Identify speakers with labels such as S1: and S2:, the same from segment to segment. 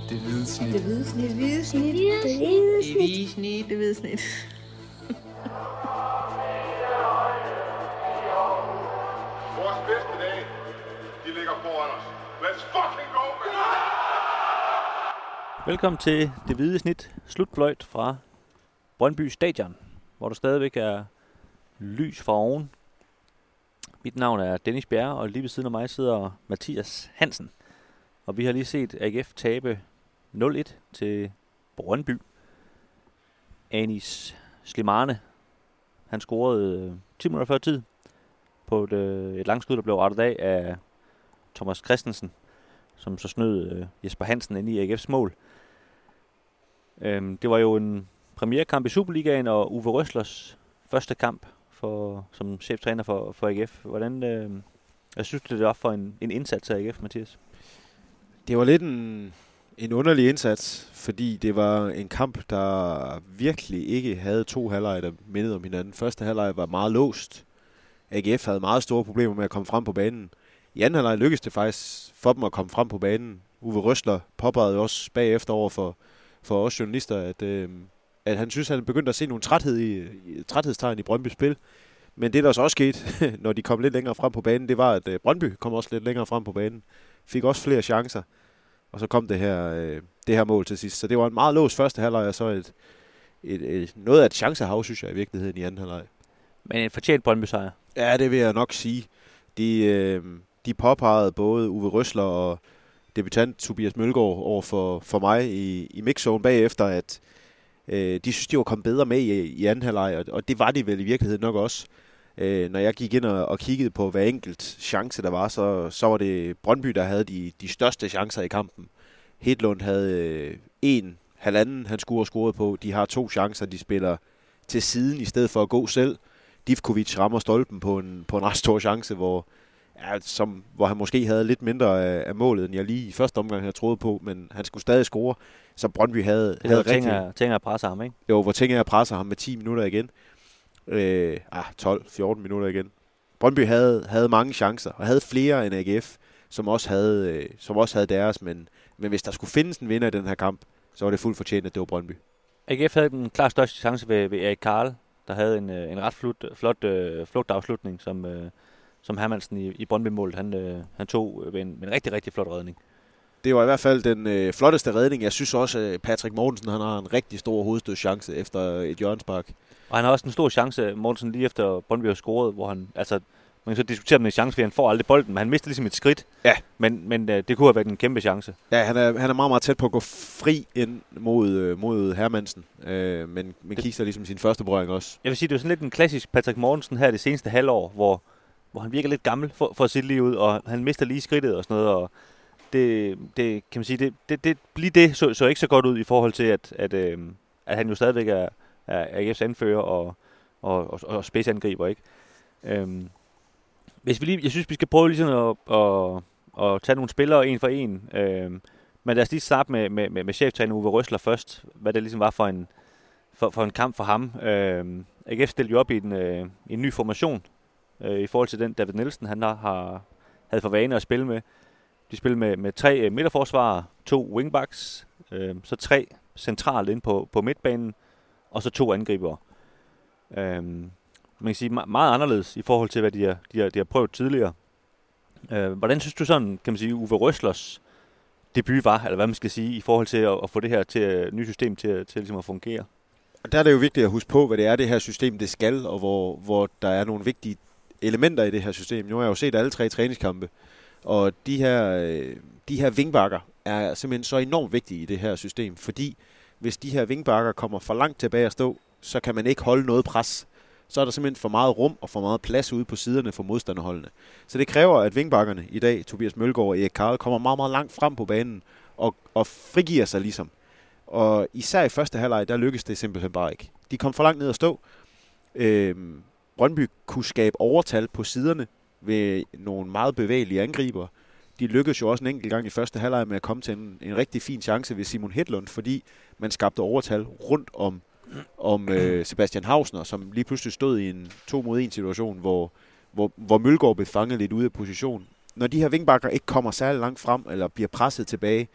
S1: Det hvide snit.
S2: Det hvide snit.
S3: Det hvide snit.
S2: Det hvide snit.
S3: Det hvide snit. Det hvide snit.
S4: Vores bedste dage, de ligger foran os. Let's fucking go, man!
S5: Velkommen til Det Hvide Snit, slutfløjt fra Brøndby Stadion, hvor der stadigvæk er lys fra oven. Mit navn er Dennis Bjerre, og lige ved siden af mig sidder Mathias Hansen. Og vi har lige set AGF tabe 0-1 til Brøndby. Anis Slimane, han scorede 10 minutter før tid på et langskud, der blev rettet af Thomas Christensen, som så snød Jesper Hansen ind i AGF's mål. Det var jo en premierkamp i Superligaen, og Uwe Röslers første kamp som cheftræner for AGF. Hvordan jeg synes det var for en indsats af AGF, Mathias?
S6: Det var lidt en underlig indsats, fordi det var en kamp, der virkelig ikke havde to halvleje, der mindede om hinanden. Første halvleg var meget låst. AGF havde meget store problemer med at komme frem på banen. I anden halvleg lykkedes det faktisk for dem at komme frem på banen. Uwe Rösler påpegede også bagefter over for os journalister, at han synes, at han begyndte at se nogle træthedstegn i Brøndby spil. Men det, der så også skete, når de kom lidt længere frem på banen, det var, at Brøndby kom også lidt længere frem på banen. Fik også flere chancer. Og så kom det her mål til sidst. Så det var en meget låst første halvleg, og så noget af et chancehav, synes jeg i virkeligheden i anden halvleg.
S5: Men en fortjent Brøndby-sejr.
S6: Ja, det vil jeg nok sige. De påpegede både Uwe Rösler og debutant Tobias Mølgaard over for mig i mixzone bagefter, at de synes, de var kommet bedre med i anden halvleg, og det var de vel i virkeligheden nok også. Når jeg gik ind og kiggede på hver enkelt chance, der var, så var det Brøndby, der havde de største chancer i kampen. Hedlund havde halvanden, han skulle have scoret på. De har 2 chancer, de spiller til siden i stedet for at gå selv. Divkovic rammer stolpen på en ret stor chance, hvor han måske havde lidt mindre af målet, end jeg lige i første omgang havde troet på, men han skulle stadig score. Så Brøndby havde rigtig...
S5: Tænker at presse ham, ikke?
S6: Jo, hvor tænker jeg presser ham med 10 minutter igen. 12-14 minutter igen. Brøndby havde mange chancer, og havde flere end AGF, som også havde deres, men hvis der skulle findes en vinder i den her kamp, så var det fuldt fortjent, at det var Brøndby.
S5: AGF havde den klart største chance ved Erik Karl, der havde en ret flot flugtafslutning, som Hermansen i Brøndby-målet, han tog ved en rigtig, rigtig flot redning.
S6: Det var i hvert fald den flotteste redning. Jeg synes også, at Patrick Mortensen han har en rigtig stor hovedstødschance efter et hjørnespark.
S5: Og han har også en stor chance, Mortensen, lige efter Brøndby har scoret, hvor han, altså, man kan så diskutere med en chance, fordi han får aldrig bolden, men han mister ligesom et skridt.
S6: Ja.
S5: Men det kunne have været en kæmpe chance.
S6: Ja, han er meget, meget tæt på at gå fri ind mod Hermansen, men kigger ligesom sin første berøring også. Jeg
S5: vil sige, det er sådan lidt en klassisk Patrick Mortensen her det seneste halvår, hvor han virker lidt gammel for at se lige ud, og han mister lige skridtet og sådan noget, og det kan man sige, det så ikke så godt ud i forhold til, at han jo stadigvæk er AGF's anfører og spidsangriber, ikke? Jeg synes, vi skal prøve ligesom at tage nogle spillere en for en, men lad os lige starte med cheftræner Uwe Rösler først, hvad det ligesom var for en kamp for ham. AGF stillede jo op i en ny formation i forhold til den David Nielsen, han havde for vane at spille med. De spillede med 3 midterforsvarere, 2 wingbacks, så 3 centralt inde på midtbanen, og så 2 angribere. Man kan sige meget anderledes i forhold til, hvad de har prøvet tidligere. Hvordan synes du sådan, kan man sige, Uwe Röslers debut var, eller hvad man skal sige, i forhold til at få det her nye system til ligesom at fungere?
S6: Og der er det jo vigtigt at huske på, hvad det er, det her system det skal, og hvor der er nogle vigtige elementer i det her system. Nu har jeg jo set alle 3 træningskampe, og de her wingbacker er simpelthen så enormt vigtige i det her system, fordi hvis de her wingbacker kommer for langt tilbage at stå, så kan man ikke holde noget pres. Så er der simpelthen for meget rum og for meget plads ude på siderne for modstanderholdene. Så det kræver, at wingbackerne i dag, Tobias Mølgaard og Erik Karl, kommer meget, meget langt frem på banen og frigiver sig ligesom. Og især i første halvleg, der lykkedes det simpelthen bare ikke. De kom for langt ned at stå. Brøndby kunne skabe overtal på siderne ved nogle meget bevægelige angriber. De lykkedes jo også en enkelt gang i første halvleg med at komme til en rigtig fin chance ved Simon Hedlund, fordi man skabte overtal rundt om Sebastian Hausner, som lige pludselig stod i en 2-mod-1 situation, hvor Mølgaard blev fanget lidt ude af position. Når de her wingbacker ikke kommer særlig langt frem, eller bliver presset tilbage,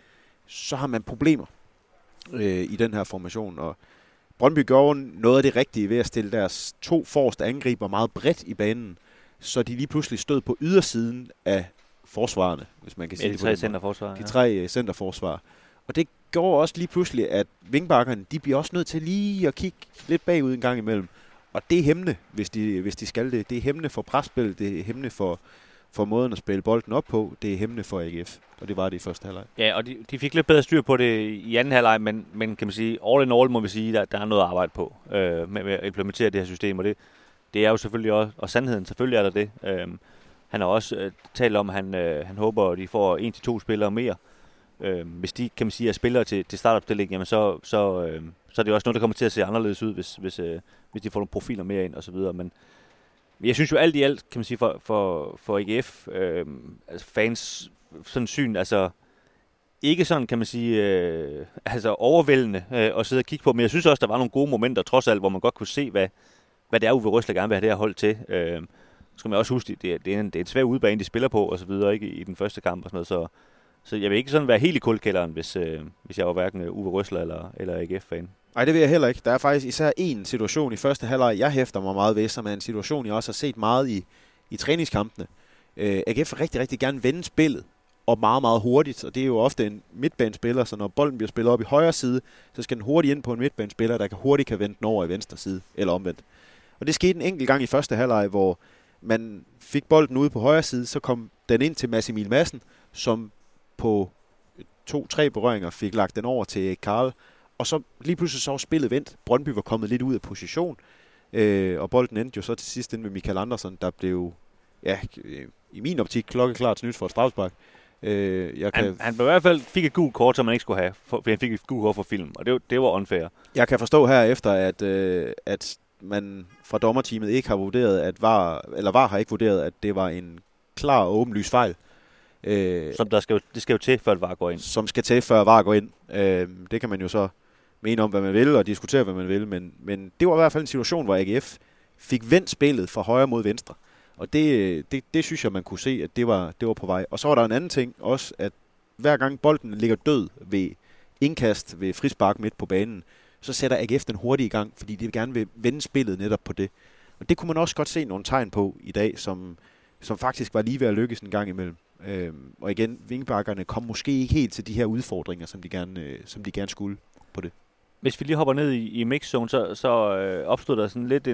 S6: så har man problemer i den her formation. Og Brøndby gjorde noget af det rigtige ved at stille deres 2 forreste angriber meget bredt i banen, så de lige pludselig stod på ydersiden af forsvarerne, hvis man kan sige det på den måde. De 3 centerforsvar. Og det gjorde også lige pludselig, at vingbakkerne, de bliver også nødt til lige at kigge lidt bagud en gang imellem. Og det er hæmmende, hvis de skal det. Det er hæmmende for presspil, det er hæmmende for måden at spille bolden op på, det er hæmmende for AGF. Og det var det i første halvleg. Ja,
S5: og de fik lidt bedre styr på det i anden halvleg, men kan man sige, all in all må vi sige, at der er noget at arbejde på med at implementere det her system. Og det er jo selvfølgelig også, og sandheden selvfølgelig er der det. Han har også talt om, at han håber, at de får 1-2 spillere mere. Hvis de, kan man sige, er spillere til startopstillingen, jamen så er det også noget, der kommer til at se anderledes ud, hvis de får nogle profiler mere ind og så videre. Men jeg synes jo alt i alt, kan man sige, for AGF altså fans sådan syn, altså ikke sådan, kan man sige, altså overvældende at sidde og kigge på, men jeg synes også, der var nogle gode momenter, trods alt, hvor man godt kunne se, hvad det er, Uwe Rösler gerne vil have det her hold til. Så skal man også huske, det er en svær udbane, de spiller på, og så videre, ikke i den første kamp og sådan noget, så jeg vil ikke sådan være helt i kuldkælderen, hvis jeg var hverken Uwe Rösler eller AGF-fan.
S6: Nej, det vil jeg heller ikke. Der er faktisk især en situation i første halvleg, jeg hæfter mig meget ved, som er en situation, jeg også har set meget i træningskampene. AGF vil rigtig, rigtig gerne vende spillet, og meget, meget hurtigt, og det er jo ofte en midtbanespiller, så når bolden bliver spillet op i højre side, så skal den hurtigt ind på en midtbanespiller, der hurtigt kan vende den over i venstre side, eller omvendt. Og det skete en enkelt gang i første halvleg, hvor man fik bolden ude på højre side, så kom den ind til Mads Emil Madsen, som på 2-3 berøringer fik lagt den over til Karl, og så lige pludselig så var spillet vendt. Brøndby var kommet lidt ud af position, og bolden endte jo så til sidst inde med Michael Andersen, der blev, i min optik, klokkeklart snydt for et strafspark.
S5: Han i hvert fald fik et gult kort, som man ikke skulle have, for han fik et gult kort for film, og det var unfair.
S6: Jeg kan forstå herefter, at man fra dommerteamet ikke har vurderet, at VAR har ikke vurderet, at det var en klar og åbenlys fejl.
S5: Som det skal jo til, før VAR går ind.
S6: Som skal til, før VAR går ind. Det kan man jo så mene om, hvad man vil, og diskutere, hvad man vil, men det var i hvert fald en situation, hvor AGF fik vendt spillet fra højre mod venstre. Og det synes jeg, man kunne se, at det var på vej. Og så var der en anden ting også, at hver gang bolden ligger død ved indkast, ved frispark midt på banen, så sætter AGF den hurtigt i gang, fordi de gerne vil vende spillet netop på det. Og det kunne man også godt se nogle tegn på i dag, som faktisk var lige ved at lykkes en gang imellem. Og igen, vingbakkerne kom måske ikke helt til de her udfordringer, som de gerne skulle på det.
S5: Hvis vi lige hopper ned i mixzone, så opstod der sådan lidt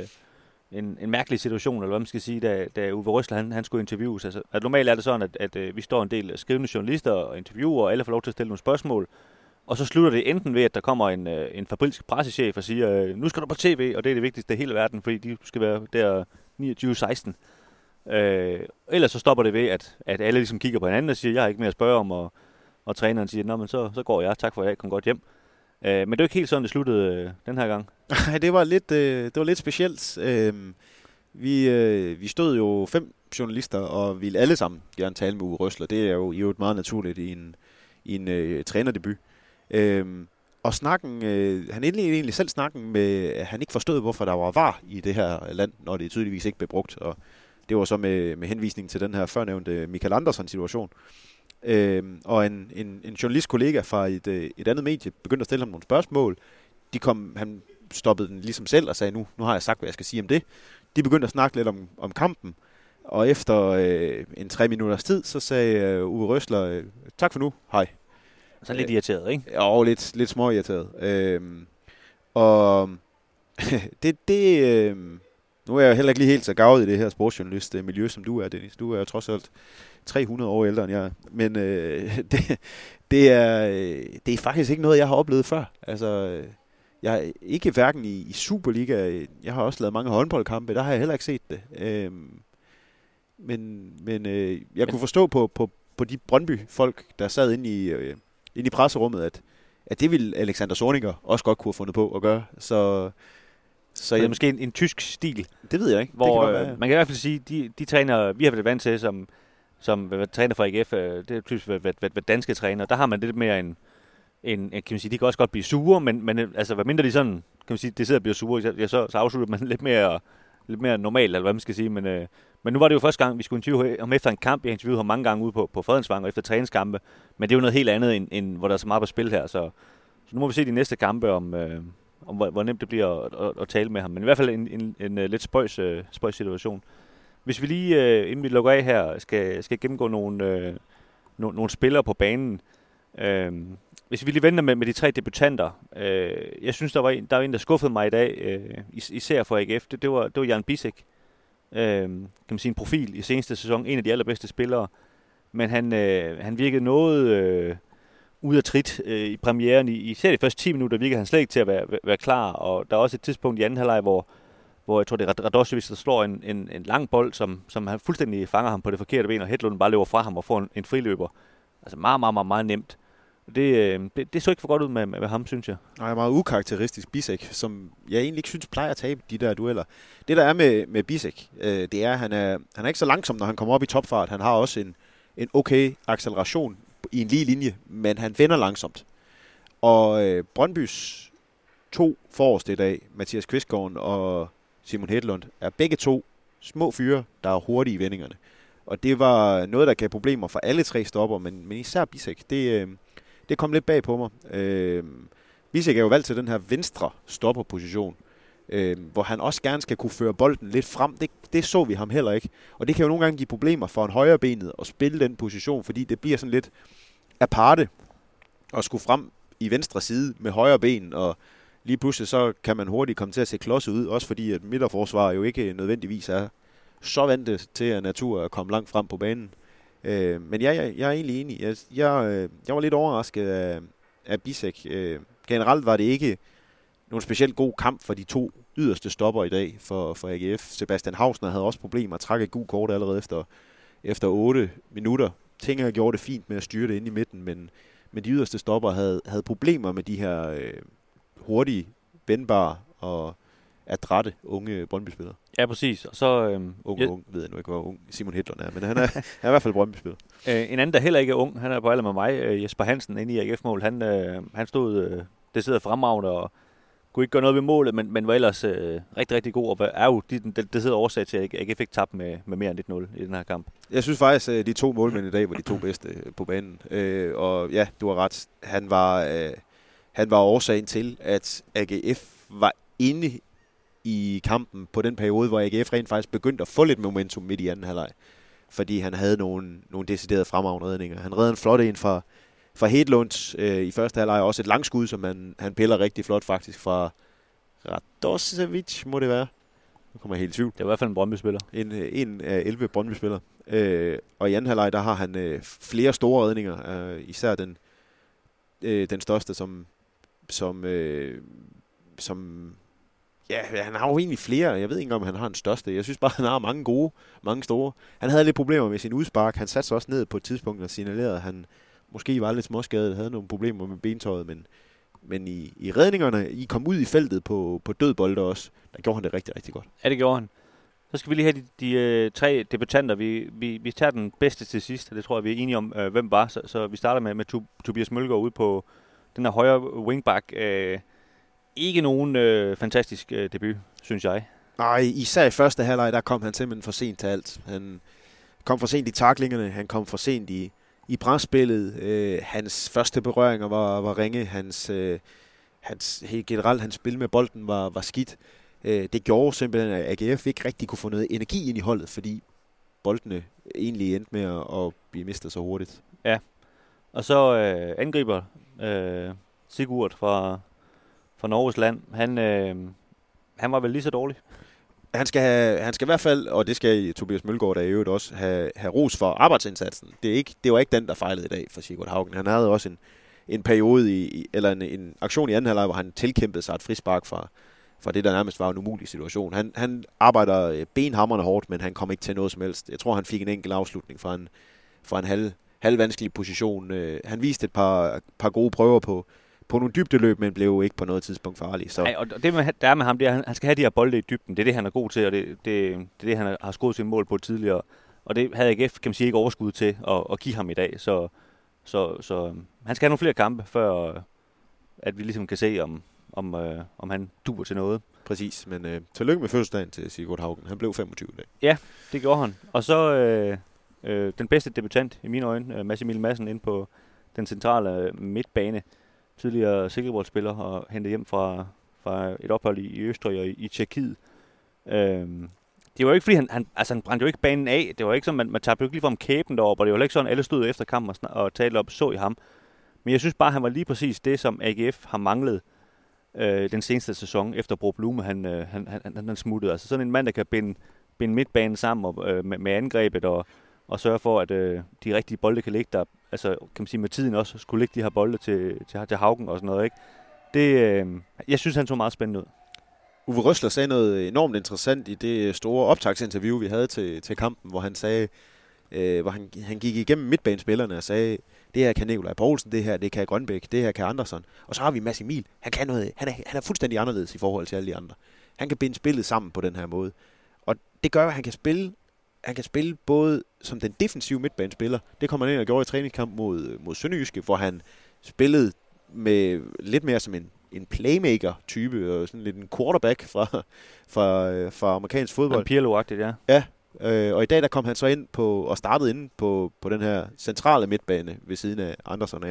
S5: en mærkelig situation, eller hvad man skal sige, da Uwe Rösler han skulle interviews. Altså, at normalt er det sådan, at vi står en del skrivende journalister og interviewer, og alle får lov til at stille nogle spørgsmål. Og så slutter det enten ved, at der kommer en fabrilsk pressechef og siger, nu skal du på tv, og det er det vigtigste i hele verden, fordi de skal være der 29-16. Ellers så stopper det ved, at alle ligesom kigger på hinanden og siger, jeg har ikke mere at spørge om, og træneren siger, nå, men så går jeg, tak for jeg kom godt hjem. Men det er jo ikke helt sådan, det sluttede den her gang.
S6: Nej, det var lidt specielt. Vi stod jo 5 journalister, og ville alle sammen gerne tale med Uwe Rösler. Det er jo meget naturligt i en trænerdebut. Og snakken, han indledte egentlig selv snakken med, at han ikke forstod, hvorfor der var VAR i det her land, når det tydeligvis ikke blev brugt. Og det var så med henvisning til den her førnævnte Michael Andersen-situation. Og en journalistkollega fra et andet medie begyndte at stille ham nogle spørgsmål. Han stoppede den ligesom selv og sagde, nu har jeg sagt, hvad jeg skal sige om det. De begyndte at snakke lidt om kampen, og efter en 3 minutters tid, så sagde Uwe Rösler, tak for nu, hej.
S5: Så lidt irriteret, ikke?
S6: Ja, lidt småirriteret. Og det nu er jeg heller ikke lige helt så gavet i det her sportsjournalist-miljø, som du er, Dennis. Du er jo trods alt 300 år ældre end jeg er. Men det er faktisk ikke noget, jeg har oplevet før. Altså, jeg er ikke hverken i Superliga, jeg har også lavet mange håndboldkampe, der har jeg heller ikke set det. Men jeg kunne forstå på de Brøndby-folk, der sad inde i presserummet, at det ville Alexander Zorniger også godt kunne have fundet på at gøre. Så
S5: det er måske en tysk stil.
S6: Det ved jeg ikke.
S5: Hvor det kan man kan i hvert fald sige, de træner, vi har været vant til som træner for AGF, det er typisk hvad danske træner. Der har man lidt mere en kan man sige, de kan også godt blive sure, men altså hvad mindre de sådan, kan man sige, det sidder og bliver sure, så afslutter man lidt mere lidt mere normalt, eller hvad man skal sige, men nu var det jo første gang, vi skulle interviewe ham efter en kamp. Jeg interviewede ham mange gange ude på Fredensvang og efter træningskampe, men det er jo noget helt andet, end hvor der er så meget på spil her, så nu må vi se de næste kampe, om hvor nemt det bliver at tale med ham, men i hvert fald en lidt spøjs situation. Hvis vi lige, inden vi lukker af her, skal gennemgå nogle spillere på banen. Hvis vi lige venter med de 3 debutanter. Jeg synes, der var en, der skuffede mig i dag, især for AGF. Det var Jan Bisek. Kan man sige en profil i seneste sæson. En af de allerbedste spillere. Men han virkede noget ud af trit i premieren. Især de første 10 minutter virkede han slet ikke til at være klar. Og der er også et tidspunkt i anden halvleg, hvor jeg tror, det er Radosevic, der slår en lang bold, som han fuldstændig fanger ham på det forkerte ben, og Hedlund bare løber fra ham og får en friløber. Altså meget, meget, meget, meget nemt. Det så ikke for godt ud med ham, synes jeg. Nej,
S6: meget ukarakteristisk Bisek, som jeg egentlig ikke synes plejer at tabe de der dueller. Det der er med Bisek, det er, at han er ikke så langsom, når han kommer op i topfart. Han har også en okay acceleration i en lige linje, men han vender langsomt. Og Brøndbys 2 forreste i dag, Mathias Kvistgaard og Simon Hedlund, er begge 2 små fyre, der er hurtige i vendingerne. Og det var noget, der gav problemer for alle 3 stopper, men især Bisek, det kom lidt bag på mig. Bisek er jo valgt til den her venstre stopperposition, hvor han også gerne skal kunne føre bolden lidt frem. Det så vi ham heller ikke. Og det kan jo nogle gange give problemer for en højrebenet at spille den position, fordi det bliver sådan lidt aparte at skulle frem i venstre side med højre ben, og lige pludselig så kan man hurtigt komme til at se klodset ud, også fordi at midterforsvar jo ikke nødvendigvis er så vant til at natur at komme langt frem på banen. Men jeg er egentlig enig. Jeg var lidt overrasket af Bisek. Generelt var det ikke nogen specielt god kamp for de 2 yderste stopper i dag for AGF. Sebastian Hausner havde også problemer at trække et gult kort allerede efter 8 minutter. Tinger gjorde det fint med at styre det ind i midten, men de yderste stopper havde problemer med de her hurtige, vendbare og adrætte unge Brøndby-spillere.
S5: Ja, præcis. Og så
S6: ung, ved jeg nu ikke, hvor ung Simon Hedlund er, men han er i hvert fald Brøndby-spiller.
S5: En anden, der heller ikke er ung, han er på alder med mig, Jesper Hansen inde i AGF-mål. Han stod det sidder fremragende og kunne ikke gøre noget ved målet, men var ellers rigtig, rigtig god, og er jo det sidder årsag til, at AGF ikke tabte med mere end 1-0 i den her kamp. Jeg synes faktisk, at de 2 målmænd i dag var de 2 bedste på banen. Og ja, du har ret. Han var årsagen til, at AGF var inde i kampen på den periode, hvor AGF rent faktisk begyndte at få lidt momentum midt i anden halvleg. Fordi han havde nogle deciderede fremragende redninger. Han redde en flot en fra Hedlund i første halvleg, også et langskud, som han piller rigtig flot faktisk fra Radosevic, må det være. Nu kommer jeg helt i tvivl. Det er i hvert fald en Brøndby-spiller.
S6: En af 11 Brøndby-spillere. Og i anden halvleg, der har han flere store redninger. Især den største, som ja, han har jo egentlig flere. Jeg ved ikke, om han har den største. Jeg synes bare, han har mange gode, mange store. Han havde lidt problemer med sin udspark. Han satte sig også ned på et tidspunkt og signalerede, at han måske var lidt småskadet, havde nogle problemer med bentøjet, men i redningerne, I kom ud i feltet på dødbolde også, der gjorde han det rigtig, rigtig godt.
S5: Ja, det gjorde han. Så skal vi lige have de 3 debutanter. Vi tager den bedste til sidst, og det tror jeg, vi er enige om, hvem var. Så vi starter med Tobias Mølgaard ude på den her højre wingback. Ikke nogen fantastisk debut, synes jeg.
S6: Nej, især i første halvleg, der kom han simpelthen for sent til alt. Han kom for sent i taklingerne, han kom for sent i presspillet. Hans første berøringer var ringe. Helt generelt, hans spil med bolden var skidt. Det gjorde simpelthen, at AGF ikke rigtig kunne få noget energi ind i holdet, fordi boldene egentlig endte med at blive mistet så hurtigt.
S5: Ja, og så angriber Sigurd fra Norges land. Han var vel lige så dårlig.
S6: Han skal i hvert fald, og det skal Tobias Mølgaard da i øvrigt også, have ros for arbejdsindsatsen. Det var ikke den, der fejlede i dag for Sigurd Haugen. Han havde også en periode, eller en aktion i anden halvleg, hvor han tilkæmpede sig et frispark fra det, der nærmest var en umulig situation. Han arbejder benhamrende hårdt, men han kom ikke til noget som helst. Jeg tror, han fik en enkelt afslutning fra en halvvanskelig position. Han viste et par gode prøver på nogle dybdeløb, men blev ikke på noget tidspunkt farlig.
S5: Nej, og det der er med ham, det er, at han skal have de her bolde i dybden. Det er det, han er god til, og det er det, han har scoret sin mål på tidligere. Og det havde AGF, kan man sige, ikke overskud til at give ham i dag. Så han skal have nogle flere kampe, før at vi ligesom kan se, om han duer til noget.
S6: Præcis, men tillykke med fødselsdagen til Sigurd Haugen. Han blev 25 i dag.
S5: Ja, det gjorde han. Og så den bedste debutant i mine øjne, Mads Emil Madsen, ind på den centrale midtbane. Tidligere Silkeborg-spiller og hentet hjem fra et ophold i Østrig og i Tjekkiet. Det var jo ikke, fordi han brændte jo ikke banen af. Det var ikke sådan, man tabte jo ikke lige fra kæben deroppe, og det var ikke sådan, alle stod efter kampen og talte op og så i ham. Men jeg synes bare, han var lige præcis det, som AGF har manglet den seneste sæson, efter Bro Blume han smuttede. Altså sådan en mand, der kan binde midtbanen sammen med angrebet og sørge for, at de rigtige bolde kan ligge der. Altså, kan man sige, med tiden også skulle ligge de her bolde til Haugen og sådan noget, ikke? Det, jeg synes, han så meget spændende ud.
S6: Uwe Rösler sagde noget enormt interessant i det store optagsinterview, vi havde til kampen, hvor han sagde, hvor han gik igennem midtbanespillerne og sagde, det her kan Nikolaj Poulsen, det her det kan Grønbæk, det her kan Andersen. Og så har vi Mads Emil. Han kan noget. Han er fuldstændig anderledes i forhold til alle de andre. Han kan binde spillet sammen på den her måde. Og det gør, at han kan spille både som den defensive midtbanespiller. Det kommer han ind og gjorde i træningskamp mod Sønderjyske, hvor han spillede med lidt mere som en playmaker-type, og sådan lidt en quarterback fra amerikansk fodbold.
S5: Pirlo-agtigt, ja.
S6: Ja, og i dag der kom han så ind og startede inde på den her centrale midtbane ved siden af Andersen.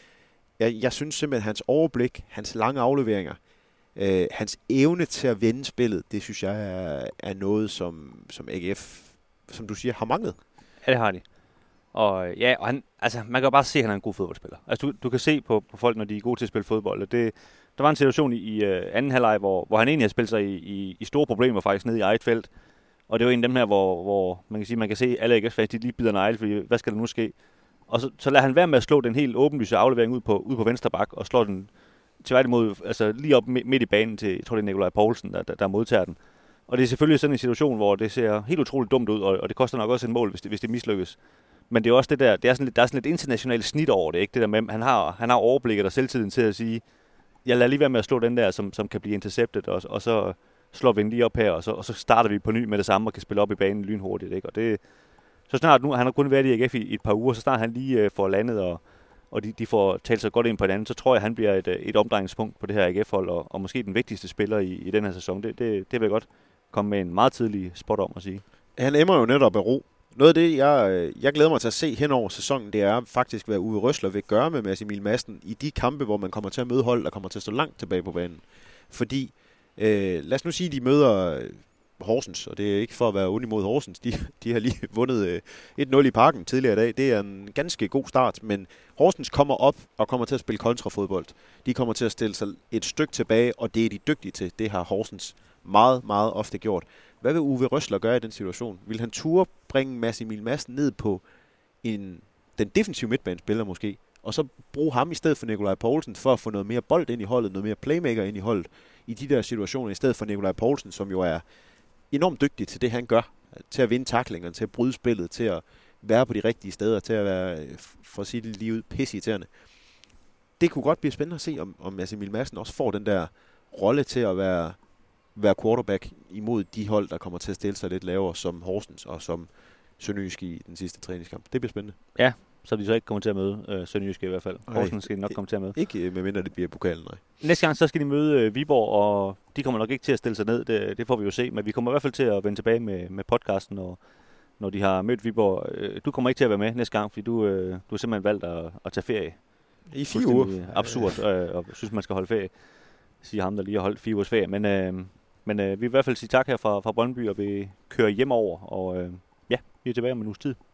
S6: Jeg synes simpelthen, hans overblik, hans lange afleveringer, hans evne til at vende spillet, det synes jeg er noget, som AGF, som du siger, har manglet.
S5: Ja, det har de. Og ja, og han, altså, man kan jo bare se, at han er en god fodboldspiller. Altså, du kan se på folk, når de er gode til at spille fodbold. Og der var en situation i anden halvleg, hvor han egentlig har spillet sig i store problemer faktisk nede i eget felt. Og det er jo en af dem her, hvor man kan se alle AGF-fans, de lige bider negle, fordi hvad skal der nu ske? Og så lader han være med at slå den helt åbenlyse aflevering ud på venstre bak, og slår den tværtimod, altså lige op midt i banen til, jeg tror det er Nikolaj Poulsen, der modtager den. Og det er selvfølgelig sådan en situation, hvor det ser helt utroligt dumt ud, og det koster nok også en mål, hvis det mislykkes. Men det er også det der, der er sådan lidt internationalt snit over det, ikke? Det der med, han har overblikket og selvtiden til at sige, jeg lader lige være med at slå den der, som kan blive interceptet, og så slår vi den lige op her, og så starter vi på ny med det samme og kan spille op i banen lynhurtigt, ikke? Og det, så snart nu, han har kun været i AGF i et par uger, så snart han lige får landet, og de får talt sig godt ind på hinanden, så tror jeg, han bliver et omdrejningspunkt på det her AGF-hold, og måske den vigtigste spiller i den her sæson. Det vil jeg godt komme med en meget tidlig spot om at sige.
S6: Han emmer jo netop af ro. Noget af det, jeg glæder mig til at se hen over sæsonen, det er faktisk, hvad Uwe Rösler vil gøre med Mads Emil Madsen i de kampe, hvor man kommer til at møde hold, der kommer til at stå langt tilbage på banen. Fordi, lad os nu sige, at de møder Horsens, og det er ikke for at være ond imod Horsens, de har lige vundet 1-0 i Parken tidligere i dag. Det er en ganske god start, men Horsens kommer op og kommer til at spille kontrafodbold. De kommer til at stille sig et stykke tilbage, og det er de dygtige til. Det har Horsens meget, meget ofte gjort. Hvad vil Uwe Rösler gøre i den situation? Vil han turde bringe Mads Emil Madsen ned på den defensive midtbanespiller måske, og så bruge ham i stedet for Nikolaj Poulsen for at få noget mere bold ind i holdet, noget mere playmaker ind i holdet i de der situationer, i stedet for Nikolaj Poulsen, som jo er enormt dygtig til det, han gør, til at vinde tacklinger, til at bryde spillet, til at være på de rigtige steder, til at være, for at sige det lige ud, pisseirriterende. Det kunne godt blive spændende at se, om Mads Emil Madsen også får den der rolle til at være quarterback imod de hold, der kommer til at stille sig lidt lavere, som Horsens og som Sønderjyske i den sidste træningskamp. Det bliver spændende.
S5: Ja, så de så ikke kommer til at møde Sønderjyske i hvert fald. Horsens skal de nok komme til at møde.
S6: Ikke medmindre det bliver pokalen, nej.
S5: Næste gang så skal de møde Viborg, og de kommer nok ikke til at stille sig ned. Det får vi jo se, men vi kommer i hvert fald til at vende tilbage med podcasten, når de har mødt Viborg. Du kommer ikke til at være med næste gang, fordi du har simpelthen valgt at tage ferie.
S6: I 4 uger.
S5: Absurd, og synes, man skal holde ferie. Siger ham, der lige har holdt 4 ugers ferie. Men vi vil i hvert fald sige tak her fra Brøndby, og vi kører hjem over, og ja, vi er tilbage om en uges tid.